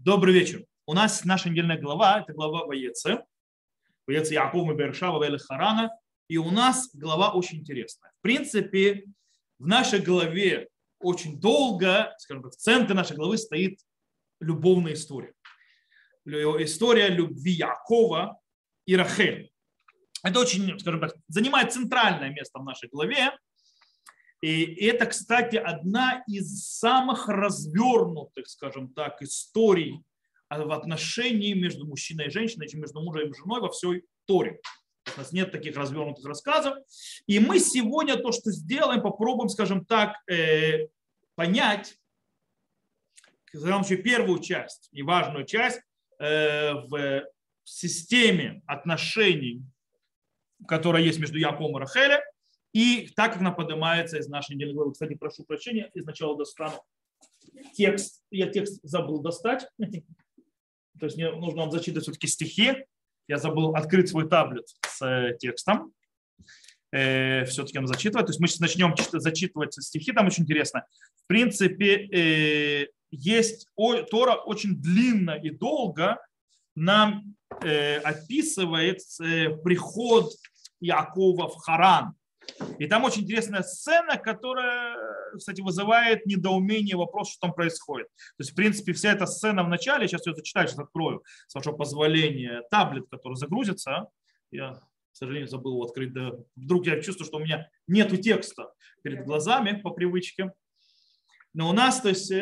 Добрый вечер. У нас наша недельная глава, это глава Ваеце. Ваеце Яаков и Бершава, Ваэль Харана. И у нас глава очень интересная. В принципе, в нашей главе очень долго, скажем так, в центре нашей главы стоит любовная история. История любви Яакова и Рахель. Это очень, скажем так, занимает центральное место в нашей главе. И это, кстати, одна из самых развернутых, скажем так, историй в отношении между мужчиной и женщиной, между мужем и женой во всей Торе. У нас нет таких развернутых рассказов. И мы сегодня то, что сделаем, попробуем, скажем так, понять, скажем, первую часть и важную часть в системе отношений, которая есть между Яаковом и Рахелем, и так как она поднимается из нашей недельной главы. Кстати, прошу прощения, и сначала достану текст. Я текст забыл достать. То есть мне нужно вам зачитать все-таки стихи. Я забыл открыть свой таблет с текстом. Все-таки он зачитывает. То есть мы сейчас начнем зачитывать стихи. Там очень интересно. В принципе, есть Тора очень длинно и долго нам описывает приход Яакова в Харан. И там очень интересная сцена, которая, кстати, вызывает недоумение, вопрос, что там происходит. То есть, в принципе, вся эта сцена в начале, сейчас я зачитаю, сейчас открою, с вашего позволения, таблет, который загрузится. Я, к сожалению, забыл его открыть. Да. Вдруг я чувствую, что у меня нет текста перед глазами по привычке. Но у нас, то есть,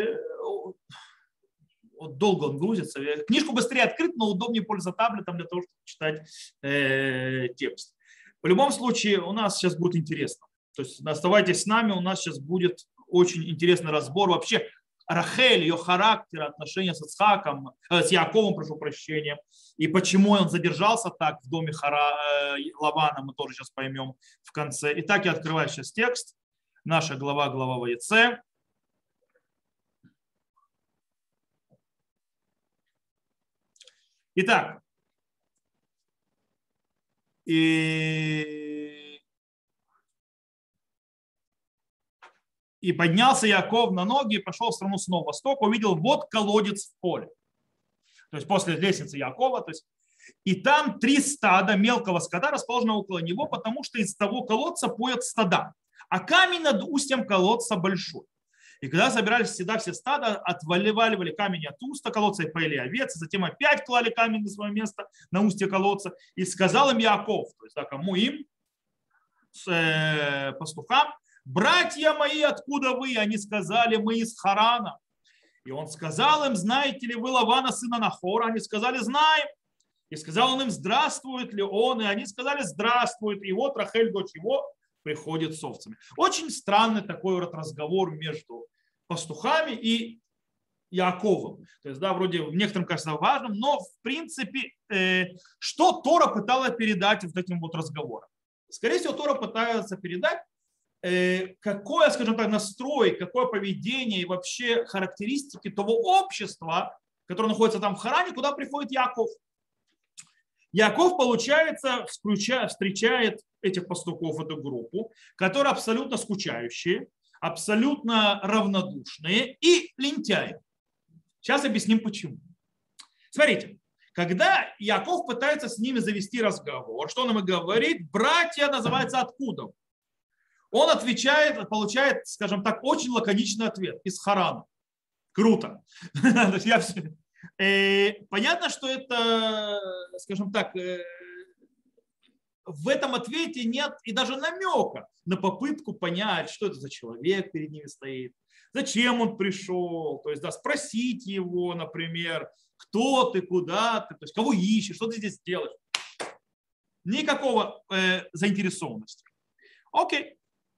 вот долго он грузится. Книжку быстрее открыть, но удобнее пользоваться таблетом для того, чтобы читать текст. В любом случае, у нас сейчас будет интересно. То есть оставайтесь с нами, у нас сейчас будет очень интересный разбор вообще Рахель, ее характера, отношения с Ицхаком, с Яаковом, прошу прощения, и почему он задержался так в доме Лавана, мы тоже сейчас поймем в конце. Итак, я открываю сейчас текст. Наша глава Ваеце. Итак, и поднялся Яаков на ноги и пошел в страну снова востока, увидел вот колодец в поле. То есть после лестницы Яакова. То есть, и там 3 стада мелкого скота расположены около него, потому что из того колодца поят стада. А камень над устьем колодца большой. И когда собирались всегда все стада, отваливали камень от уста колодца и поели овец, и затем опять клали камень на свое место, на устье колодца. И сказал им Яаков, то есть да, кому им, пастухам: братья мои, откуда вы? Они сказали: мы из Харана. И он сказал им: знаете ли вы Лавана, сына Нахора? Они сказали: знаем. И сказал он им: здравствует ли он? И они сказали: здравствует. И вот Рахель, дочь его, приходит с овцами. Очень странный такой вот разговор между пастухами и Яаковом. То есть, да, вроде в некотором кажется важным, но в принципе, что Тора пыталась передать вот этим вот разговором? Скорее всего, Тора пытается передать, какой, скажем так, настрой, какое поведение и вообще характеристики того общества, которое находится там в Харане, куда приходит Яаков. Яаков, получается, встречает этих пастухов, эту группу, которые абсолютно скучающие, абсолютно равнодушные и лентяи. Сейчас объясним почему. Смотрите, когда Яаков пытается с ними завести разговор, что он им говорит? Братья называется откуда? Он отвечает, получает, скажем так, очень лаконичный ответ: из Харана. Круто. Понятно, что это, скажем так, в этом ответе нет и даже намека на попытку понять, что это за человек перед ними стоит, зачем он пришел, то есть да, спросить его, например, кто ты, куда ты, то есть кого ищешь, что ты здесь делаешь. Никакого заинтересованности. Окей.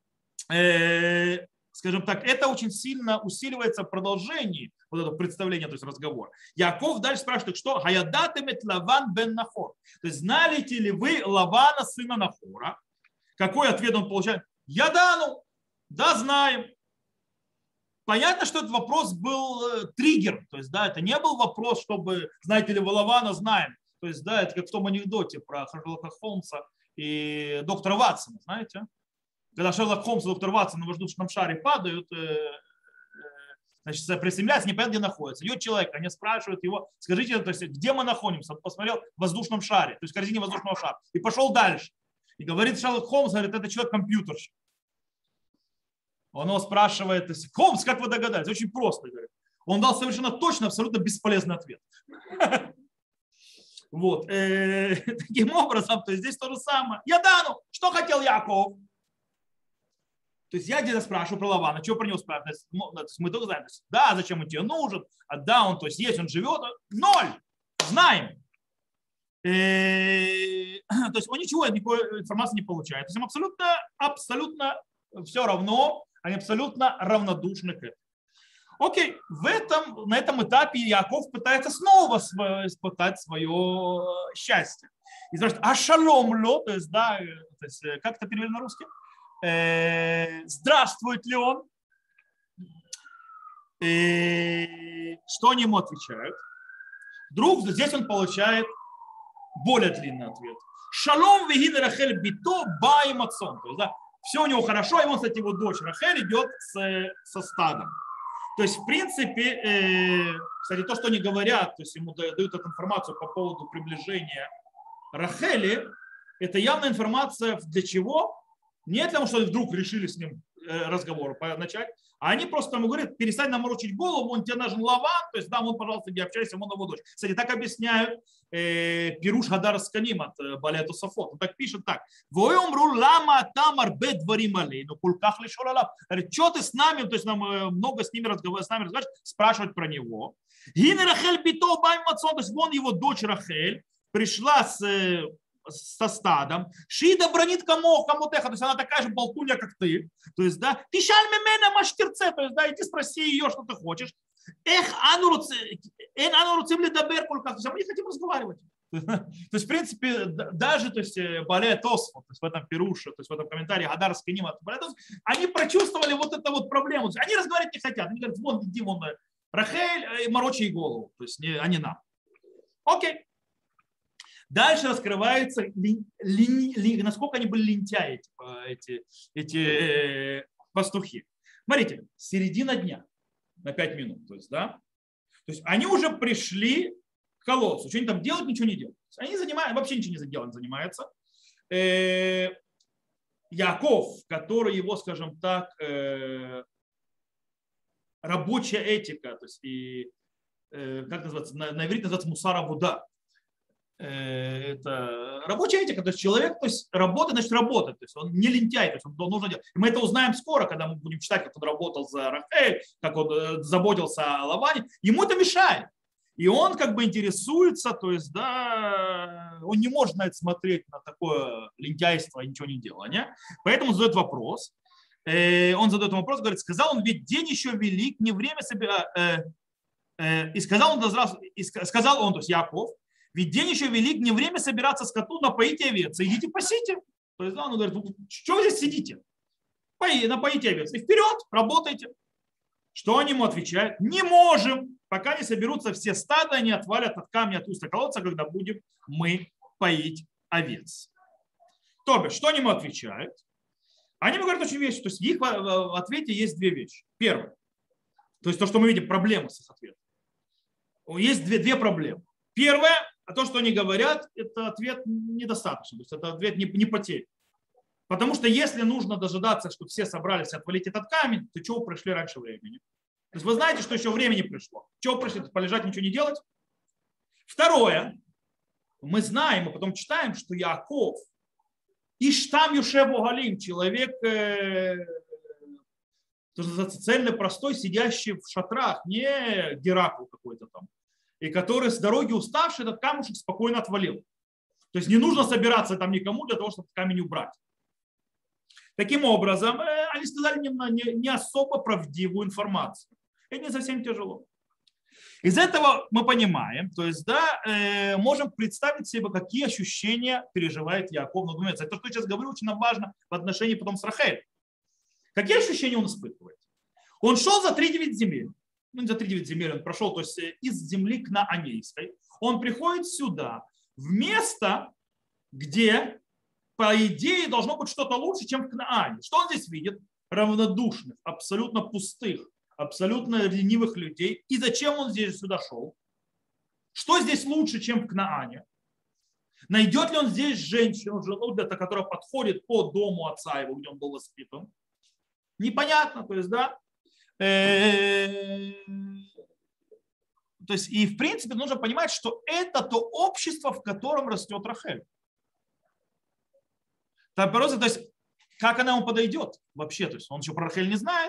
Скажем так, это очень сильно усиливается в продолжении вот этого представления, то есть разговора. Яаков дальше спрашивает, что «Хаядатемет Лаван бен Нахор». То есть знаете ли вы Лавана, сына Нахора? Какой ответ он получает? «Ядану». Да, знаем. Понятно, что этот вопрос был триггер. То есть, да, это не был вопрос, чтобы, знаете ли вы Лавана, знаем. То есть, да, это как в том анекдоте про Шерлока Холмса и доктора Ватсона, знаете? Когда Шерлок Холмс и доктор Ватсон на воздушном шаре падают, значит, приземляется, непонятно где находится. Идет человек, они спрашивают его, скажите, то есть, где мы находимся? Он посмотрел в воздушном шаре, то есть в корзине воздушного шара, и пошел дальше. И говорит Шерлок Холмс, говорит, это человек-компьютерщик. Он его спрашивает, Холмс, как вы догадались? Очень просто, говорит. Он дал совершенно точно, абсолютно бесполезный ответ. Вот. Таким образом, то есть здесь то же самое. Ядану, что хотел Яков? То есть я где-то спрашиваю про Лавана, что про него спрашивают. Мы только знаем, да, зачем он тебе нужен, а да, он то есть есть, он живет. Ноль. Знаем. То есть он ничего, никакой информации не получает. То есть им абсолютно все равно, они абсолютно равнодушны к этому. Окей, на этом этапе Яков пытается снова испытать свое счастье. И спрашивает, а шалом ло, то есть, да, то есть, как это перевели на русский? Здравствует ли он? Что они ему отвечают? Вдруг здесь он получает более длинный ответ. Шалом вегин Рахель бито баим отцом. То есть, да, все у него хорошо, и он, кстати, его дочь Рахель идет со стадом. То есть, в принципе, кстати, то, что они говорят, то есть ему дают эту информацию по поводу приближения Рахели, это явная информация для чего? Не для того, что они вдруг решили с ним разговор начать, а они просто ему говорят, перестань нам морочить голову, он тебе нужен Лаван, то есть да, он, пожалуйста, не общайся, он его дочь. Кстати, так объясняют Пируш Хадар Сканим от Балея Тосафот. Он так пишет так. Воемру лама тамар бедварим алейну кулках лишор алав. Говорит, что ты с нами, то есть нам много с ними разговариваешь, спрашивать про него. Гин Рахель бито баим мацон, то есть вон его дочь Рахель пришла со стадом. Шида бронит кому-теха, то есть она такая же болтунья, как ты. То есть, да, ты шаль мемена маштерце, то есть, да, иди спроси ее, что ты хочешь. Эх, ануруцим ли дабер кулках, мы не хотим разговаривать. То есть, в принципе, даже, то есть, Балея Тосфот, то есть в этом пируше, то есть в этом комментарии Хадар Сканим, они прочувствовали вот эту вот проблему. Они разговаривать не хотят. Они говорят, вон, иди, вон, Рахель, морочи ей голову. То есть, они нам. Окей. Дальше раскрывается, насколько они были лентяи, эти пастухи. Смотрите, середина дня на 5 минут. То есть, да? То есть они уже пришли к колодцу. Что они там делают, ничего не делают. Они вообще ничего не делают, занимаются. Яков, который его, скажем так, рабочая этика, то есть и, как называется, на иврите называется мусара вуда. Это рабочая этика, то есть человек, то есть работает, значит работает, то есть он не лентяй, то есть он нужно делать. И мы это узнаем скоро, когда мы будем читать, как он работал за Рахель, как он заботился о Лаване. Ему это мешает. И он как бы интересуется, то есть, да, он не может на это смотреть, на такое лентяйство и ничего не делания. Поэтому задает вопрос. Он задает вопрос, говорит, сказал он, ведь день еще велик, не время собирать. И сказал он, то есть Яков, ведь день еще велик, не время собираться скоту, напоить овец. Идите пасите. То есть, да, он говорит, что вы здесь сидите? Напоите овец. И вперед, работайте. Что они ему отвечают? Не можем, пока не соберутся все стада, они отвалят от камня, от уста колодца, когда будем мы поить овец. То бишь, что они ему отвечают? Они ему говорят очень вещи. То есть, в их ответе есть две вещи. Первое. То есть, то, что мы видим, проблемы с их ответом. Есть две проблемы. Первое. А то, что они говорят, это ответ недостаточно. То есть это ответ не потерь. Потому что если нужно дожидаться, чтобы все собрались отвалить этот камень, то чего пришли раньше времени? То есть вы знаете, что еще время не пришло. Чего пришли? Полежать, ничего не делать? Второе. Мы знаем, мы потом читаем, что Яков, Иштам Юшев Огалим, человек цельный, простой, сидящий в шатрах, не Геракл какой-то там, и который с дороги уставший этот камушек спокойно отвалил. То есть не нужно собираться там никому для того, чтобы камень убрать. Таким образом, они сказали не особо правдивую информацию. Это не совсем тяжело. Из этого мы понимаем, то есть, да, можем представить себе, какие ощущения переживает Яков. Это то, что я сейчас говорю, очень важно в отношении потом с Рахель. Какие ощущения он испытывает? Он шел за 3-9 земель. За 3-9 земель он прошел, то есть из земли Кнаанейской. Он приходит сюда, в место, где, по идее, должно быть что-то лучше, чем в Кнаане. Что он здесь видит? Равнодушных, абсолютно пустых абсолютно ленивых людей. И зачем он здесь сюда шел? Что здесь лучше, чем в Кнаане? Найдет ли он здесь женщину, жену, которая подходит по дому отца его, где он был воспитан? Непонятно, то есть, да. То есть, и в принципе нужно понимать, что это то общество, в котором растет Рахель. То есть, как она ему подойдет вообще, то есть он еще про Рахель не знает.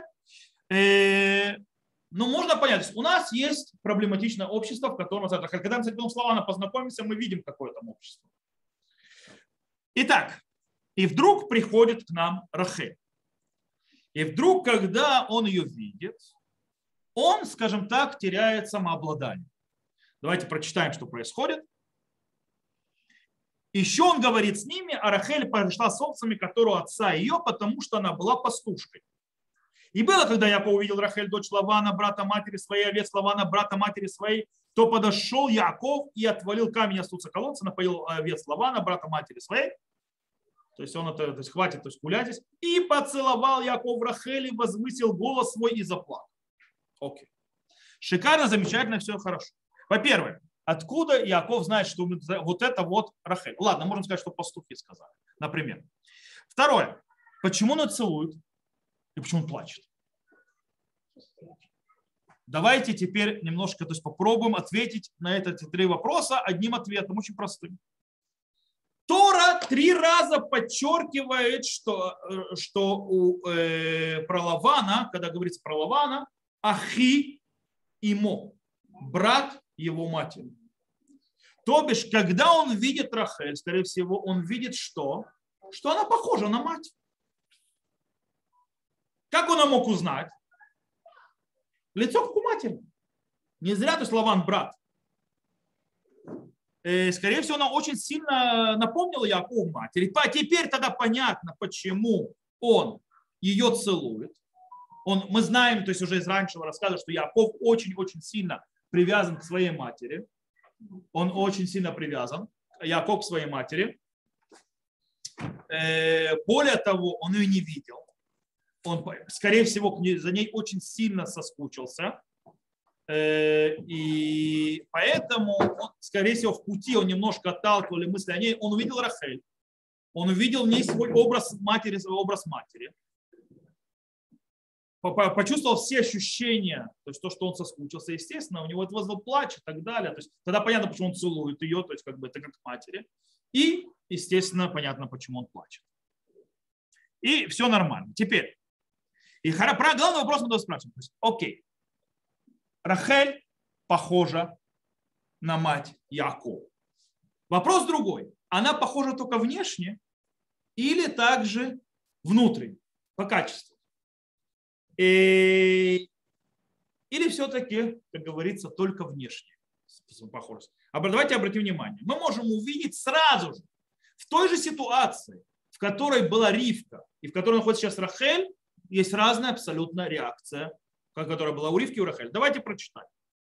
Но можно понять, то есть у нас есть проблематичное общество, в котором растет Рахель. Когда мы с этим Лаваном познакомимся, мы видим, какое там общество. Итак, и вдруг приходит к нам Рахель. И вдруг, когда он ее видит, он, скажем так, теряет самообладание. Давайте прочитаем, что происходит. Еще он говорит с ними, а Рахель пришла с овцами, которую отца ее, потому что она была пастушкой. И было, когда Яков увидел Рахель, дочь Лавана, брата матери своей, овец Лавана, брата матери своей, то подошел Яков и отвалил камень остутся колодца, напоил овец Лавана, брата матери своей. То есть он это, то есть хватит, то есть гулять здесь. И поцеловал Яков Рахель и возвысил голос свой и заплакал. Окей. Шикарно, замечательно, все хорошо. Во-первых, откуда Яков знает, что вот это вот Рахель? Ладно, можно сказать, что пастухи сказали, например. Второе. Почему он целует и почему он плачет? Давайте теперь немножко, то есть попробуем ответить на эти три вопроса одним ответом, очень простым. Тора 3 раза подчеркивает, что про Лавана, когда говорится про Лавана, ахи имо, брат его матери. То бишь, когда он видит Рахель, скорее всего, он видит что? Что она похожа на мать. Как он мог узнать? Лицо как у матери. Не зря, то есть Лаван брат. Скорее всего, она очень сильно напомнила Якову матери. Теперь тогда понятно, почему он ее целует. Мы знаем, то есть уже из раннего рассказа, что Яков очень-очень сильно привязан к своей матери. Он очень сильно привязан, Яков, к своей матери. Более того, он ее не видел. Он, скорее всего, за ней очень сильно соскучился. И поэтому, скорее всего, в пути он немножко отталкивали мысли о ней. Он увидел Рахель. Он увидел в ней свой образ матери, почувствовал все ощущения, то есть то, что он соскучился, естественно, у него это вызвал плач и так далее. То есть тогда понятно, почему он целует ее, то есть как бы это как матери. И, естественно, понятно, почему он плачет. И все нормально. Теперь, про главный вопрос мы спрашиваем. То есть, окей, Рахель похожа на мать Якова. Вопрос другой. Она похожа только внешне или также внутренне, по качеству? Или все-таки, как говорится, только внешне похожесть. Давайте обратим внимание. Мы можем увидеть сразу же, в той же ситуации, в которой была Ривка и в которой находится сейчас Рахель, есть разная абсолютная реакция, которая была у Ривки и у Рахель. Давайте прочитаем.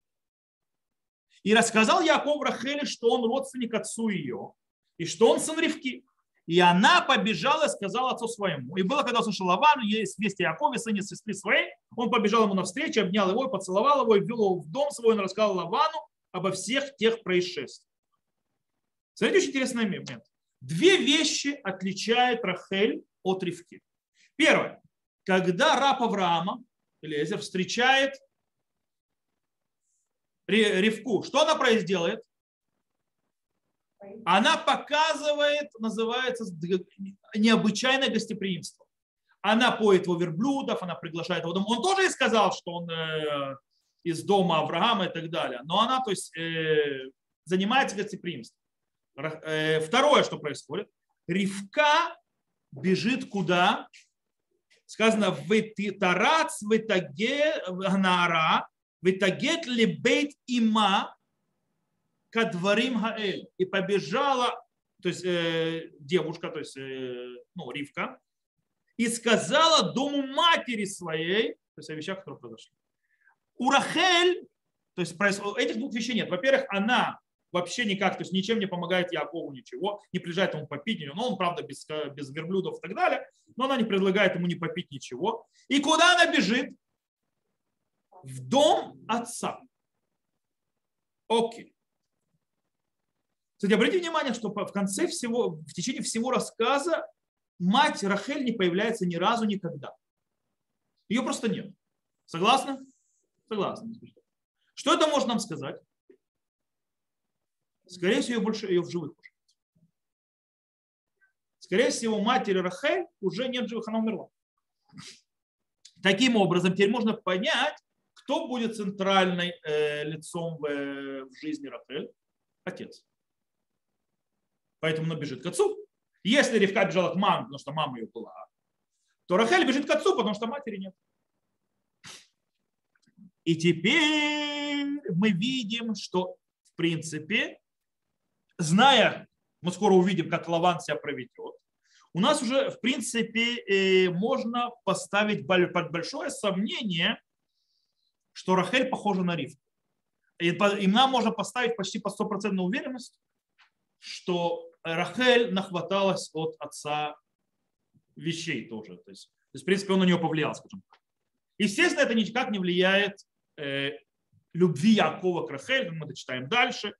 И рассказал Яков Рахеле, что он родственник отцу ее, и что он сын Ривки. И она побежала и сказала отцу своему. И было, когда услышал Лаван, есть вести о Якове, сыне сестры своей, он побежал ему навстречу, обнял его, поцеловал его, и ввел его в дом свой, он рассказал Лавану обо всех тех происшествиях. Смотрите, очень интересный момент. Две вещи отличают Рахель от Ривки. Первое. Когда раб Авраама, Элиэзер, встречает Ривку, что она делает? Она показывает, называется, необычайное гостеприимство. Она поет его верблюдов, она приглашает его в дом. Он тоже и сказал, что он из дома Авраама и так далее. Но она, то есть, занимается гостеприимством. Второе, что происходит. Ривка бежит куда? Сказано, «Витарац витагет лебейт има кадварим хаэль». И побежала, то есть девушка, то есть Ривка, и сказала дому матери своей, то есть о вещах, которые произошли. У Рахель, то есть этих двух вещей нет. Во-первых, она вообще никак, то есть ничем не помогает Якову, ничего, не приезжает ему попить, но он, правда, без верблюдов и так далее, но она не предлагает ему не попить ничего. И куда она бежит? в дом отца. Окей. Кстати, обратите внимание, что в конце всего, в течение всего рассказа мать Рахель не появляется ни разу никогда. Ее просто нет. Согласны? Согласны. Что это может нам сказать? Скорее всего, больше ее в живых уже. Скорее всего, матери Рахель уже нет живых, она умерла. Таким образом, теперь можно понять, кто будет центральным лицом в жизни Рахель? Отец. Поэтому она бежит к отцу. Если Ривка бежала к маме, потому что мама ее была, то Рахель бежит к отцу, потому что матери нет. И теперь мы видим, что в принципе, зная, мы скоро увидим, как Лаван себя проведет, у нас уже в принципе можно поставить под большое сомнение, что Рахель похожа на Ривку. И нам можно поставить почти под 100% уверенность, что Рахель нахваталась от отца вещей тоже. То есть, в принципе, он на нее повлиял, скажем так. Естественно, это никак не влияет любви Якова к Рахель, мы это читаем дальше.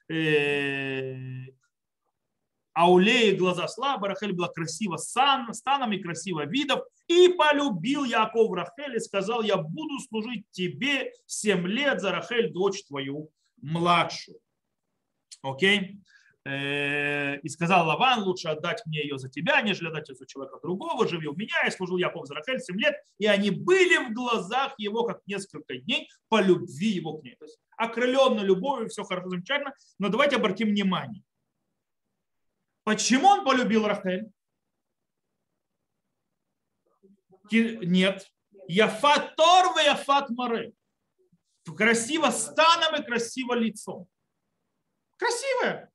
А у Леи глаза слабы, Рахель была красива станом и красиво видов, и полюбил Яков Рахель и сказал: я буду служить тебе 7 лет за Рахель, дочь твою младшую. Окей? И сказал Лаван: лучше отдать мне ее за тебя, нежели отдать ее за человека другого. Живи у меня. И служил Яков за Рахель 7 лет. И они были в глазах его, как несколько дней, по любви его к ней. То есть окрыленной любовью, все хорошо, замечательно. Но давайте обратим внимание. Почему он полюбил Рахель? Нет. Яфат тор ве яфат маре. Красиво станом и красиво лицом. Красивая.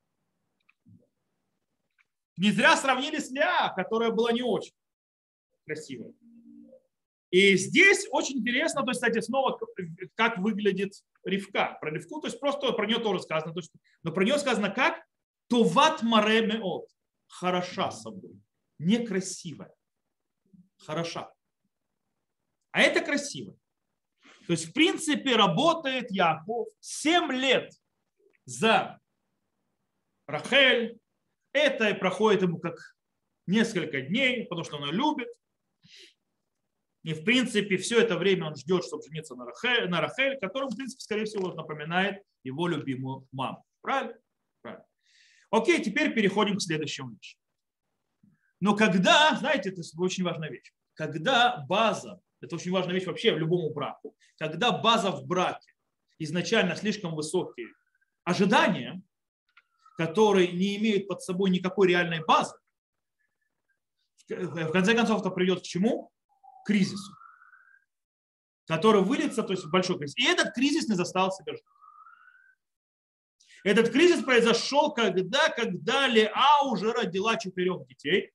Не зря сравнили с Леа, которая была не очень красивая. И здесь очень интересно, то есть, кстати, снова, как выглядит Ривка. Про Ривку, то есть просто про нее тоже сказано. Но про нее сказано как? Товат маре меот. Хороша собой. Некрасивая. Хороша. А это красиво. То есть, в принципе, работает Яков 7 лет за Рахель. Это проходит ему как несколько дней, потому что он ее любит. И, в принципе, все это время он ждет, чтобы жениться на Рахель, которая, в принципе, скорее всего, напоминает его любимую маму. Правильно? Правильно. Окей, теперь переходим к следующему вещи. Но когда, знаете, это очень важная вещь. Когда база, это очень важная вещь вообще в любом браку, когда база в браке изначально слишком высокие ожидания, которые не имеют под собой никакой реальной базы, в конце концов это приведет к чему? К кризису, который выльется, то есть в большой кризис. И этот кризис не застал себя ждать. Этот кризис произошел, когда Леа уже родила 4 детей.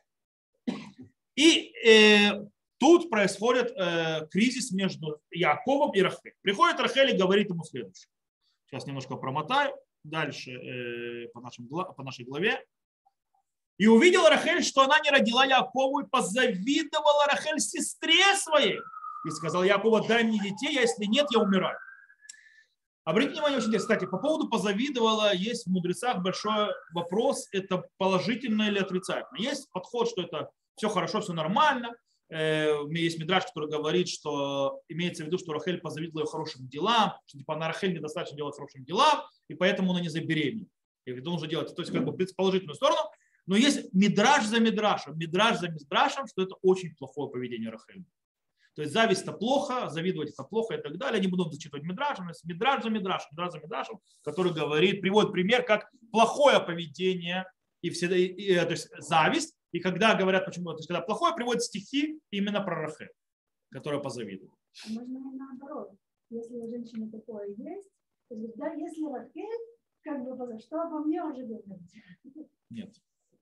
И тут происходит кризис между Яковом и Рахель. Приходит Рахель и говорит ему следующее. Сейчас немножко промотаю. Дальше по нашей главе. И увидела Рахель, что она не родила Якову, и позавидовала Рахель сестре своей. И сказал Якову: дай мне детей, а если нет, я умираю. Обратите внимание, очень интересно. Кстати, по поводу позавидовала есть в мудрецах большой вопрос, это положительно или отрицательно. Есть подход, что это все хорошо, все нормально. Есть мидраш, который говорит, что имеется в виду, что Рахель позавидовала ее хорошим делам, что типа на Рахель недостаточно делать хорошим делам, и поэтому она не забеременела. И нужно делать, то есть как бы положительную сторону. Но есть мидраш за мидрашем, что это очень плохое поведение Рахель. То есть зависть это плохо, завидовать это плохо и так далее. Не буду зачитывать мидрашем, но есть мидраш за мидрашем, который говорит, приводит пример, как плохое поведение и то есть зависть. И когда говорят, почему, то есть когда плохое, приводят стихи именно про Рахель, которая позавидовала. А можно и наоборот. Если у женщины такое есть, то есть, да, если Рахель, как бы, что обо мне уже говорить? Нет.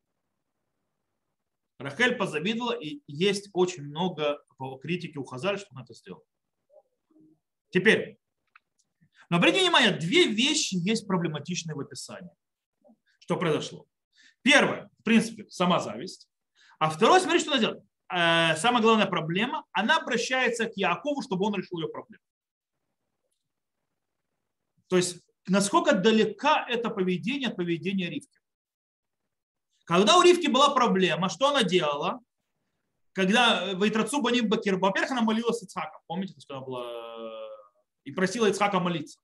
Рахель позавидовала, и есть очень много критики у Хазаль, что он это сделал. Теперь, но обратите внимание, 2 вещи есть проблематичные в описании. Что произошло? Первое, в принципе, сама зависть. А второе, смотрите, что она делает. Самая главная проблема, она обращается к Якову, чтобы он решил ее проблему. То есть, насколько далека это поведение от поведения Ривки. Когда у Ривки была проблема, что она делала? Когда Вайтрацу Баним Бакир, во-первых, она молилась Ицхака. Помните, что она была и просила Ицхака молиться.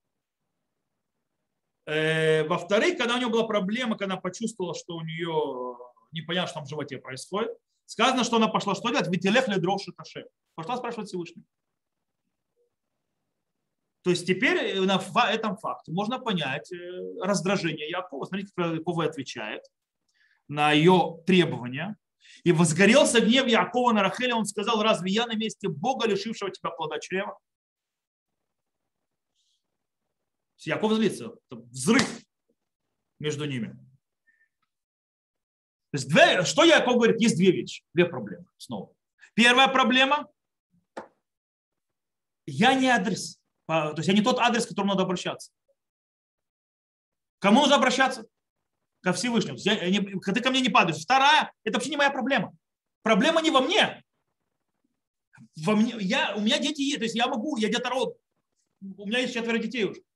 Во-вторых, когда у нее была проблема, когда она почувствовала, что у нее непонятно, что там в животе происходит, сказано, что она пошла что делать? Витилех ледроши таше. Пошла спрашивать Всевышнего. То есть теперь на этом факте можно понять раздражение Якова. Смотрите, как Яков отвечает на ее требования. И возгорелся гнев Якова на Рахеля. Он сказал: разве я на месте Бога, лишившего тебя плода чрева? Яков злится. Это взрыв между ними. То есть что Яков говорит? Есть две вещи, две проблемы снова. Первая проблема. Я не адрес. То есть я не тот адрес, к которому надо обращаться. Кому нужно обращаться? Ко Всевышнему. Ты ко мне не падаешь. Вторая, это вообще не моя проблема. Проблема не во мне. У меня дети есть. То есть я детород. У меня есть 4 детей уже.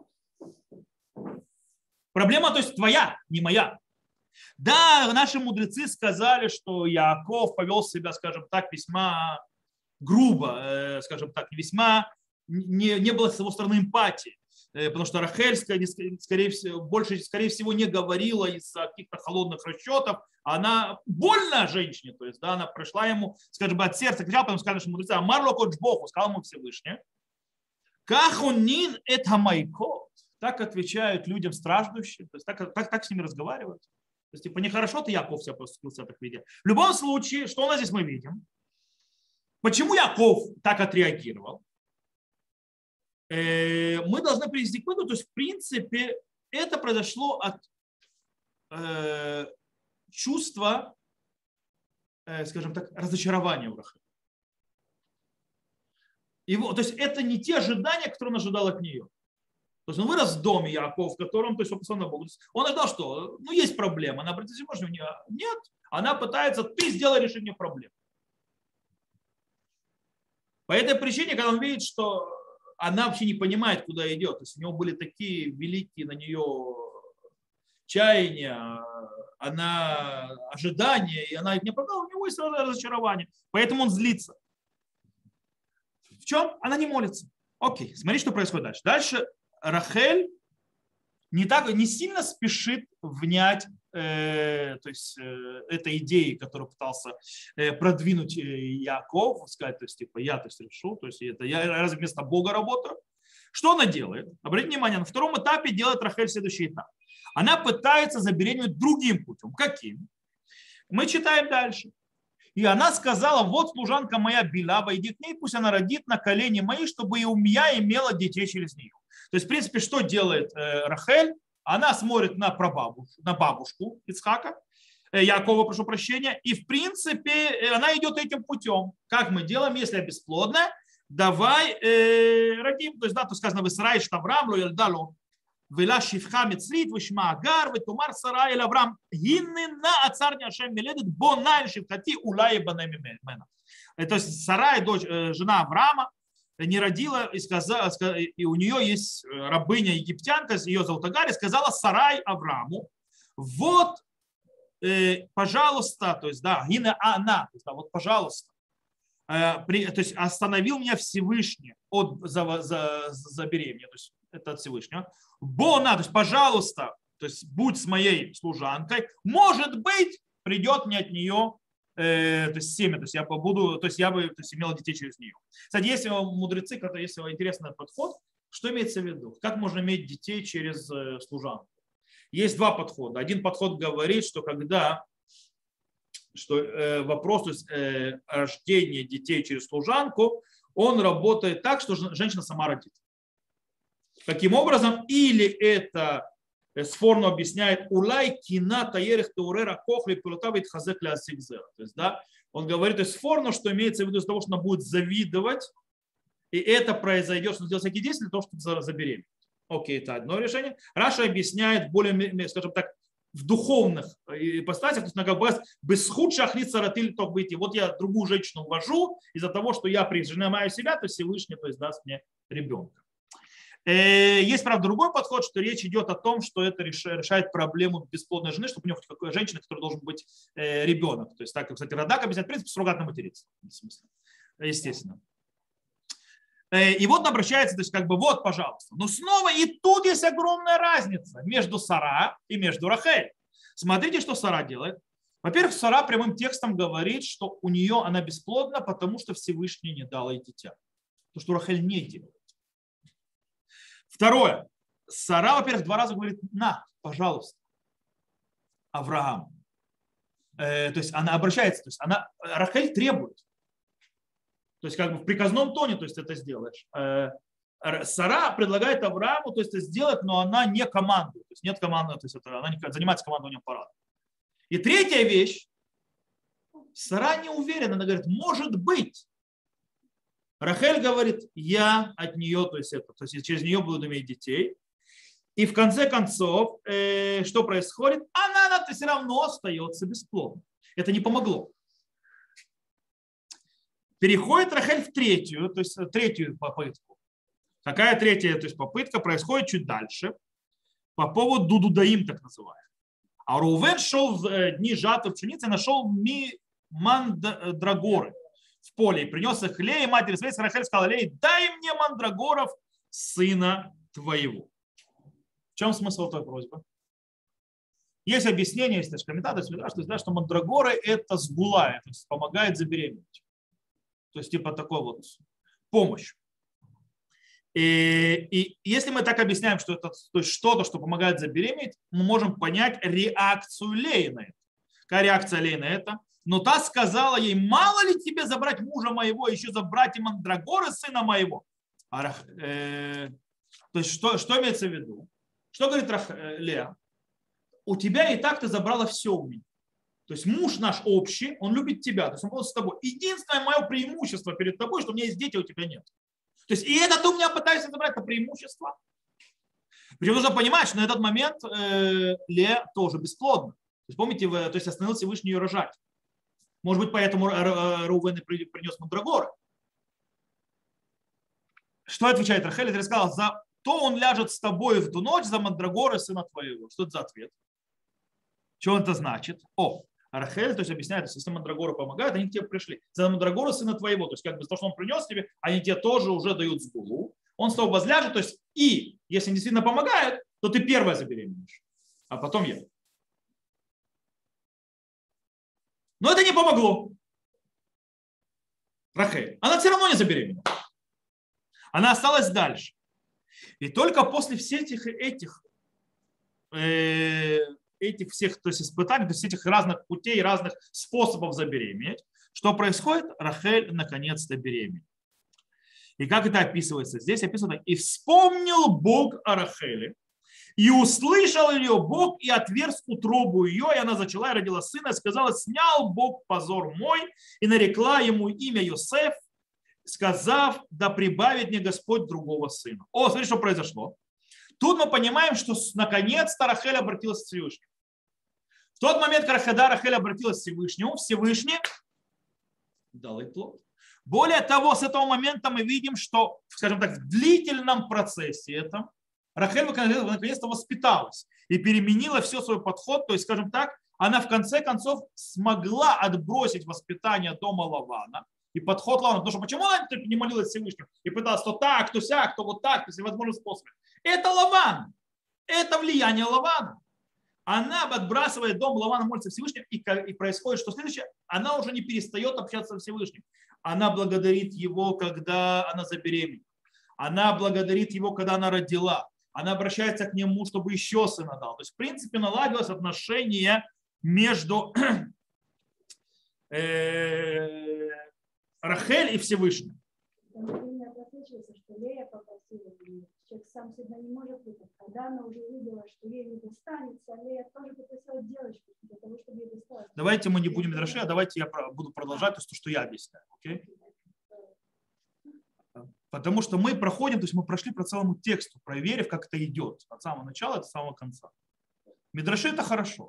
Проблема, то есть, твоя, не моя. Да, наши мудрецы сказали, что Яаков повел себя, скажем так, весьма грубо, скажем так, весьма не было с его стороны эмпатии, потому что Рахель, скорее всего, не говорила из каких-то холодных расчетов, она больна женщине, то есть, да, она пришла ему, скажем, от сердца, кричала, потом сказали, что мудрецы, Амар локоч Богу, сказал ему Всевышний, Кахунин это майко, так отвечают людям страждущим, то есть так с ними разговаривают. То есть, типа, нехорошо ты, Яков, себя так видел. В любом случае, что у нас здесь мы видим? Почему Яков так отреагировал? Мы должны привести к выводу, то есть, в принципе, это произошло от чувства, скажем так, разочарования в Рахель. То есть, это не те ожидания, которые он ожидал от нее. То есть он вырос в доме Яков, в котором, то есть он послал на Бога. Он ожидал, что есть проблема. Она обратится, можно, нет. Она пытается, ты сделай решение проблем. По этой причине, когда он видит, что она вообще не понимает, куда идет, то есть у него были такие великие на нее чаяния, ожидания, и она их не оправдала, у него есть разочарование. Поэтому он злится. В чем? Она не молится. Окей, смотри, что происходит дальше. Дальше Рахель не сильно спешит внять этой идеи, которую пытался продвинуть Яков, сказать, то есть типа я решу, то есть это я разве вместо Бога работаю. Что она делает? Обратите внимание, на втором этапе делает Рахель следующий этап. Она пытается забеременеть другим путем. Каким? Мы читаем дальше. И она сказала: вот служанка моя Билава, иди к ней, пусть она родит на колени мои, чтобы и у меня имела детей через нее. То есть, в принципе, что делает Рахель? Она смотрит на бабушку Ицхака, Якова, прошу прощения, и, в принципе, она идет этим путем. Как мы делаем, если я бесплодная? Давай родим. То есть, да, тут сказано: «Высраишь Авраам, ло ялдалу, вела шифха мицрит, вишма агар, витумар сара эль Авраам, гиннина ацарни ашем меледет, бона эль шифхати улай банами мена». То есть, Сарай, жена Авраама, не родила, и у нее есть рабыня египтянка, ее зовут Агарь, сказала Сарай Аврааму: вот, пожалуйста, то есть, да, гина она, то есть, да, вот, пожалуйста, то есть остановил меня Всевышний от забеременения, то есть это от Всевышнего. Бона, то есть, пожалуйста, то есть будь с моей служанкой, может быть, придет мне от нее то есть семя, то есть я бы имел детей через нее. Кстати, есть мудрецы, если интересный подход, что имеется в виду? Как можно иметь детей через служанку? Есть два подхода. Один подход говорит, что вопрос, то есть рождения детей через служанку, он работает так, что женщина сама родит. Каким образом? Или это Сфорно объясняет улай кина таерех теурера кохли пилотавит хазек ля сигзера. То есть, да, он говорит из Сфорно, что имеется в виду из того, что она будет завидовать, и это произойдет, что сделать всякие действия для того, чтобы забеременеть. Окей, это одно решение. Раша объясняет более, скажем так, в духовных ипостасях, то есть на без худших лица ратиль ток выйти. Вот я другую женщину увожу из-за того, что я прижимаю себя, то Всевышний, то есть даст мне ребенка. Есть, правда, другой подход, что речь идет о том, что это решает проблему бесплодной жены, чтобы у нее хоть какая женщина, которая должен быть ребенок. То есть так, кстати, Радак объясняет принцип суррогатного материнства. Естественно. И вот он обращается, то есть как бы вот, пожалуйста. Но снова и тут есть огромная разница между Сара и между Рахель. Смотрите, что Сара делает. Во-первых, Сара прямым текстом говорит, что у нее она бесплодна, потому что Всевышний не дал ей дитя. То, что Рахель не делает. Второе. Сара, во-первых, 2 раза говорит: на, пожалуйста, Авраам. То есть она обращается, то есть Рахель требует. То есть как бы в приказном тоне, то есть это сделаешь. Сара предлагает Аврааму, то есть это сделать, но она не командует. То есть нет команды, то есть она не занимается командованием парада. И третья вещь. Сара не уверена, она говорит: может быть. Рахель говорит: я от нее, то есть через нее буду иметь детей. И в конце концов, что происходит? Она все равно остается бесплодной. Это не помогло. Переходит Рахель в третью попытку. Какая третья, то есть попытка происходит чуть дальше по поводу Дудудаим, так называемый. А Рувен шел в дни жатвы пшеницы, нашел мандрагоры в поле и принес их Лее, и матери своей. Рахель сказала: Лее, дай мне мандрагоров сына твоего. В чем смысл той просьбы? Есть объяснение, есть даже комментаторы, что мандрагоры это сгула, то есть помогает забеременеть. То есть типа такой вот помощь. И если мы так объясняем, что это то есть что-то, что помогает забеременеть, мы можем понять реакцию Леи на это. Какая реакция Леи на это? Но та сказала ей: мало ли тебе забрать мужа моего, еще забрать и мандрагоры сына моего. То есть что имеется в виду? Что говорит Лея? У тебя и так ты забрала все у меня. То есть муж наш общий, он любит тебя, то есть он будет с тобой. Единственное мое преимущество перед тобой, что у меня есть дети, а у тебя нет. То есть и это ты у меня пытаешься забрать, это преимущество. Причем нужно понимать, что на этот момент Лея тоже бесплодна. То есть помните, то есть остановился Всевышний ее рожать. Может быть, поэтому Рувен принес мандрагоры. Что отвечает Рахель? Я сказал: за то он ляжет с тобой в ту ночь, за мандрагоры сына твоего. Что это за ответ? Что это значит? Рахель, то есть объясняет, если мандрагоры помогают, они к тебе пришли. За мандрагоры сына твоего, то есть как бы то, что он принес тебе, они тебе тоже уже дают сгулу. Он с тобой возляжет, то есть и если они действительно помогают, то ты первая забеременеешь, а потом я. Но это не помогло Рахель. Она все равно не забеременела. Она осталась дальше. И только после всех этих всех, то есть испытаний, то есть этих разных путей, разных способов забеременеть, что происходит? Рахель наконец-то беременна. И как это описывается? Здесь описано: и вспомнил Бог о Рахеле, и услышал ее Бог, и отверз утробу ее, и она зачала и родила сына, и сказала: снял Бог позор мой, и нарекла ему имя Йосеф, сказав: да прибавит мне Господь другого сына. Смотри, что произошло. Тут мы понимаем, что наконец-то Рахель обратилась к Всевышнему. В тот момент, когда Рахель обратилась к Всевышнему, Всевышний дал ей плод. Более того, с этого момента мы видим, что, скажем так, в длительном процессе этом Рахель наконец-то воспиталась и переменила все свой подход. То есть, скажем так, она в конце концов смогла отбросить воспитание дома Лавана и подход Лавана. Потому что почему она не молилась Всевышнему и пыталась то так, то сяк, то вот так, то всевозможные способы? Это Лаван. Это влияние Лавана. Она отбрасывает дом Лавана, молится Всевышнему, и происходит, что следующее, она уже не перестает общаться со Всевышним. Она благодарит его, когда она забеременела. Она благодарит его, когда она родила. Она обращается к нему, чтобы еще сына дал. То есть, в принципе, наладилось отношение между Рахель и Всевышним. Человек сам себя не может выбрать. Когда она уже увидела, что ей не достанется, Лея тоже попросила девочку для того, чтобы ей досталось. Давайте мы не будем дальше, а давайте я буду продолжать то, что я объясняю. Okay? Потому что мы проходим, то есть мы прошли по целому тексту, проверив, как это идет от самого начала до самого конца. Мидраши это хорошо.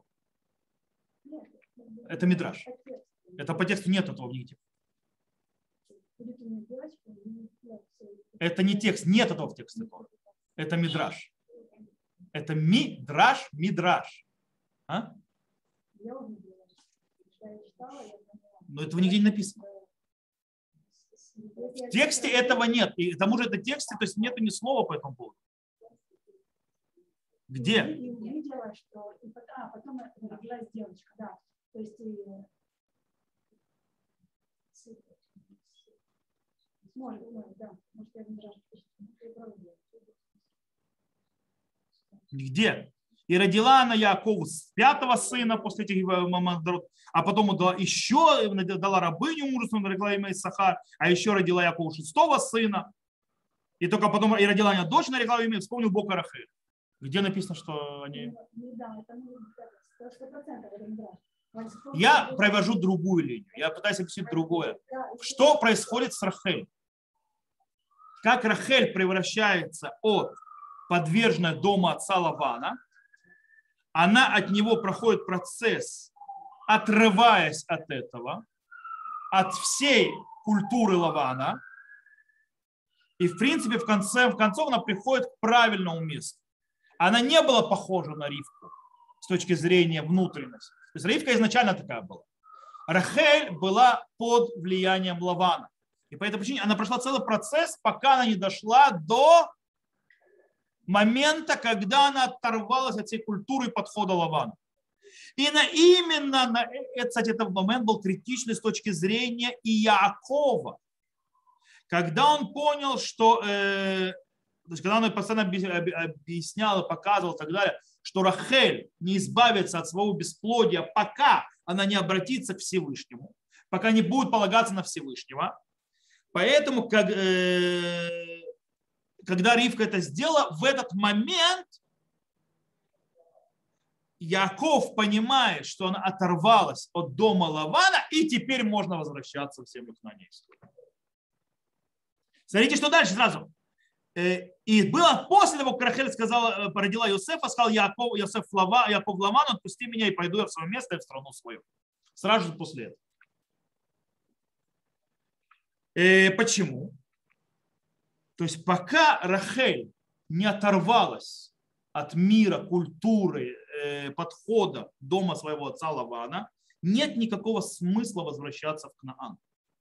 Это мидраш. Это по тексту нет этого в нигде. Это не текст, нет этого в тексте. Это мидраш. Это мидраш. А? Я увидела. Когда я читала, я поняла. Но этого нигде не написано. В тексте этого нет. И к тому же это тексте, то есть нету ни слова по этому поводу. Где? И увидела, что... потом родилась девочка, да. То есть... Может, да. Может, я не знаю. Где? И родила она Яакову 5-го сына после этих, а потом еще дала рабыню мужеству, нарекла имя Исахар, а еще родила Яакову 6-го сына. И только потом и родила она дочь, нарекла имя, и вспомнил Бог Рахель. Где написано, что они... Я провожу другую линию. Я пытаюсь объяснить другое. Что происходит с Рахель? Как Рахель превращается от подверженной дома отца Лавана, она от него проходит процесс, отрываясь от этого, от всей культуры Лавана, и в принципе в конце концов она приходит к правильному месту. Она не была похожа на Ривку с точки зрения внутренности. То есть Ривка изначально такая была. Рахель была под влиянием Лавана. И по этой причине она прошла целый процесс, пока она не дошла до момента, когда она оторвалась от всей культуры и подхода Лавана. И кстати, этот момент был критичный с точки зрения и Яакова. Когда он понял, что, то есть, когда он постоянно объяснял и показывал и так далее, что Рахель не избавится от своего бесплодия, пока она не обратится к Всевышнему, пока не будет полагаться на Всевышнего. Поэтому, когда Ривка это сделала, в этот момент Яаков понимает, что она оторвалась от дома Лавана, и теперь можно возвращаться в землю хананейскую. Смотрите, что дальше сразу. И было после того, как Рахель сказала, породила Йосефа, сказал Яаков Лавану, отпусти меня и пойду я в свое место и в страну свою. Сразу же после этого. Почему? То есть пока Рахель не оторвалась от мира, культуры, подхода дома своего отца Лавана, нет никакого смысла возвращаться в Кнаан.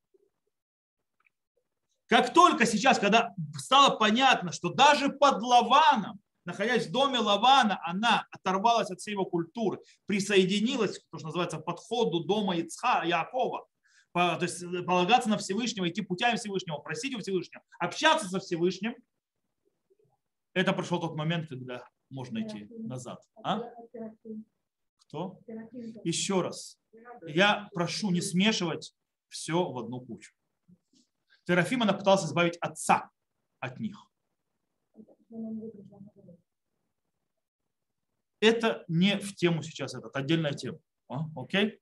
Как только сейчас, когда стало понятно, что даже под Лаваном, находясь в доме Лавана, она оторвалась от всей его культуры, присоединилась, то, что называется, к подходу дома Яакова, то есть полагаться на Всевышнего, идти путями Всевышнего, просить у Всевышнего, общаться со Всевышним, это прошел тот момент, когда можно идти назад. А? Кто? Еще раз. Я прошу не смешивать все в одну кучу. Терафим она пыталась избавить отца от них. Это не в тему сейчас, это отдельная тема. Окей?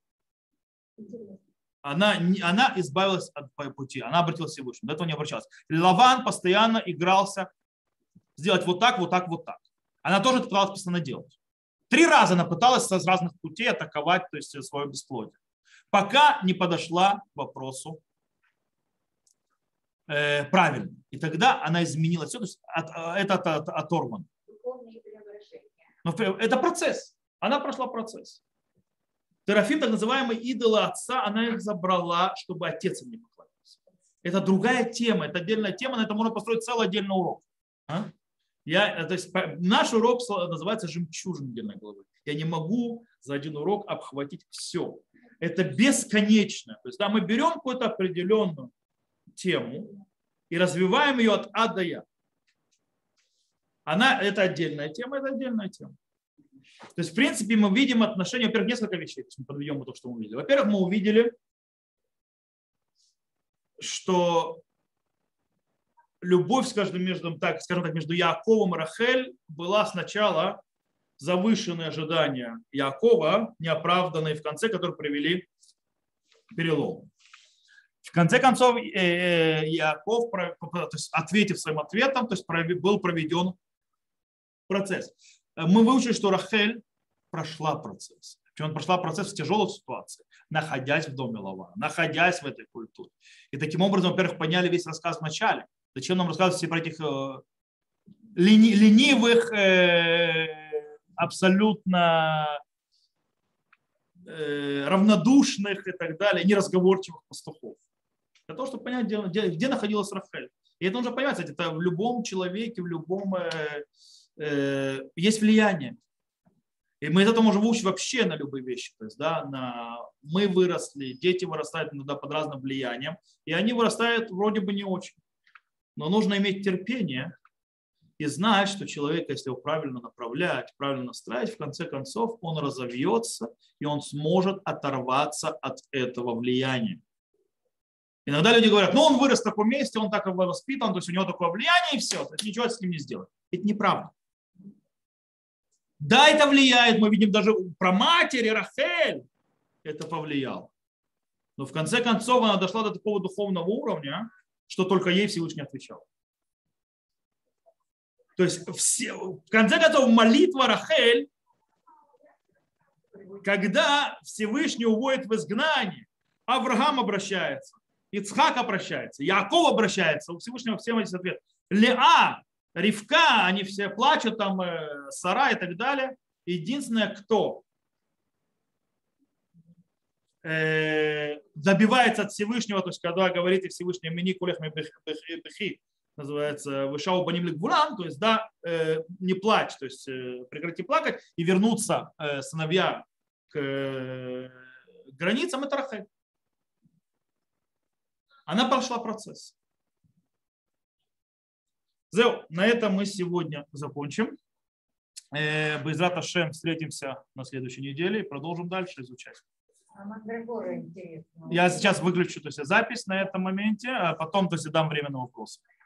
Она избавилась от пути, она обратилась к Всевышнему, до этого не обращалась. Лаван постоянно игрался сделать вот так, вот так, вот так. Она тоже это пыталась постоянно делать. 3 раза она пыталась с разных путей атаковать, то есть свое бесплодие. Пока не подошла к вопросу правильно. И тогда она изменила все, то есть это оторвано. Но это процесс. Она прошла процесс. Терафим, так называемые идолы отца, она их забрала, чтобы отец им не поклонился. Это другая тема, это отдельная тема, на это можно построить целый отдельный урок. То есть, наш урок называется «Жемчужина недельной главы». Я не могу за один урок обхватить все. Это бесконечно. То есть мы берем какую-то определенную тему и развиваем ее от А до Я. Это отдельная тема, это отдельная тема. То есть, в принципе, мы видим отношения, во-первых, несколько вещей. То есть мы подведем то, что мы увидели. Во-первых, мы увидели, что любовь, скажем так, между Яаковом и Рахель была сначала завышенные ожидания Яакова, неоправданные в конце, которые привели к перелому. В конце концов, Яаков, то есть, ответив своим ответом, то есть был проведен процесс. Мы выучили, что Рахель прошла процесс. Причем она прошла процесс в тяжелой ситуации, находясь в доме Лавана, находясь в этой культуре. И таким образом, во-первых, поняли весь рассказ в начале. Зачем нам рассказывать все про этих ленивых, абсолютно равнодушных и так далее, неразговорчивых пастухов. Для того, чтобы понять, где находилась Рахель. И это нужно понимать, кстати, это в любом человеке, в любом есть влияние. И мы из этого можем выучить вообще на любые вещи. То есть, да, мы выросли, дети вырастают иногда под разным влиянием, и они вырастают вроде бы не очень. Но нужно иметь терпение и знать, что человек, если его правильно направлять, правильно настраивать, в конце концов он разовьется, и он сможет оторваться от этого влияния. Иногда люди говорят, ну он вырос в таком месте, он так воспитан, то есть у него такое влияние, и все, то есть ничего с ним не сделать. Это неправда. Да, это влияет, мы видим даже про матери Рахель это повлияло. Но в конце концов она дошла до такого духовного уровня, что только ей Всевышний отвечал. То есть в конце концов молитва Рахель, когда Всевышний уводит в изгнание, Авраам обращается, Ицхак обращается, Яаков обращается, у Всевышнего всем эти ответы. Леа, Ривка, они все плачут, там Сара и так далее. Единственное, кто добивается от Всевышнего, то есть когда говорит Всевышний «Мини кулех бехи», называется «Вышау баним ликвулам», то есть да, не плачь, то есть прекрати плакать и вернуться сыновья к границам, это Рахель. Она прошла процесс. На этом мы сегодня закончим. Безрат Ашем встретимся на следующей неделе и продолжим дальше изучать. Я сейчас выключу, то есть, запись на этом моменте, а потом, то есть, дам время на вопросы.